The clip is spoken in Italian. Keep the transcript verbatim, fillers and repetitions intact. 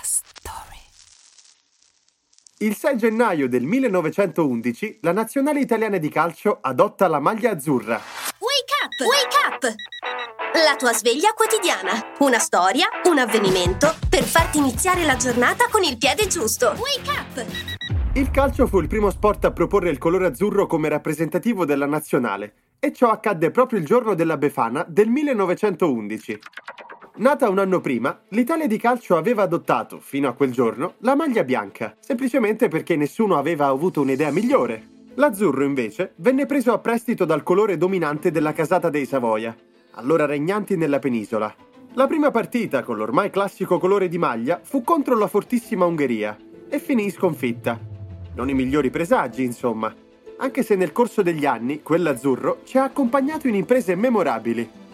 story. Il sei gennaio del millenovecentoundici la nazionale italiana di calcio adotta la maglia azzurra. Wake up! Wake up! La tua sveglia quotidiana. Una storia, un avvenimento per farti iniziare la giornata con il piede giusto. Wake up! Il calcio fu il primo sport a proporre il colore azzurro come rappresentativo della nazionale, e ciò accadde proprio il giorno della Befana del millenovecentoundici. Nata un anno prima, l'Italia di calcio aveva adottato, fino a quel giorno, la maglia bianca, semplicemente perché nessuno aveva avuto un'idea migliore. L'azzurro, invece, venne preso a prestito dal colore dominante della casata dei Savoia, allora regnanti nella penisola. La prima partita, con l'ormai classico colore di maglia, fu contro la fortissima Ungheria, e finì sconfitta. Non i migliori presagi, insomma, anche se nel corso degli anni quell'azzurro ci ha accompagnato in imprese memorabili.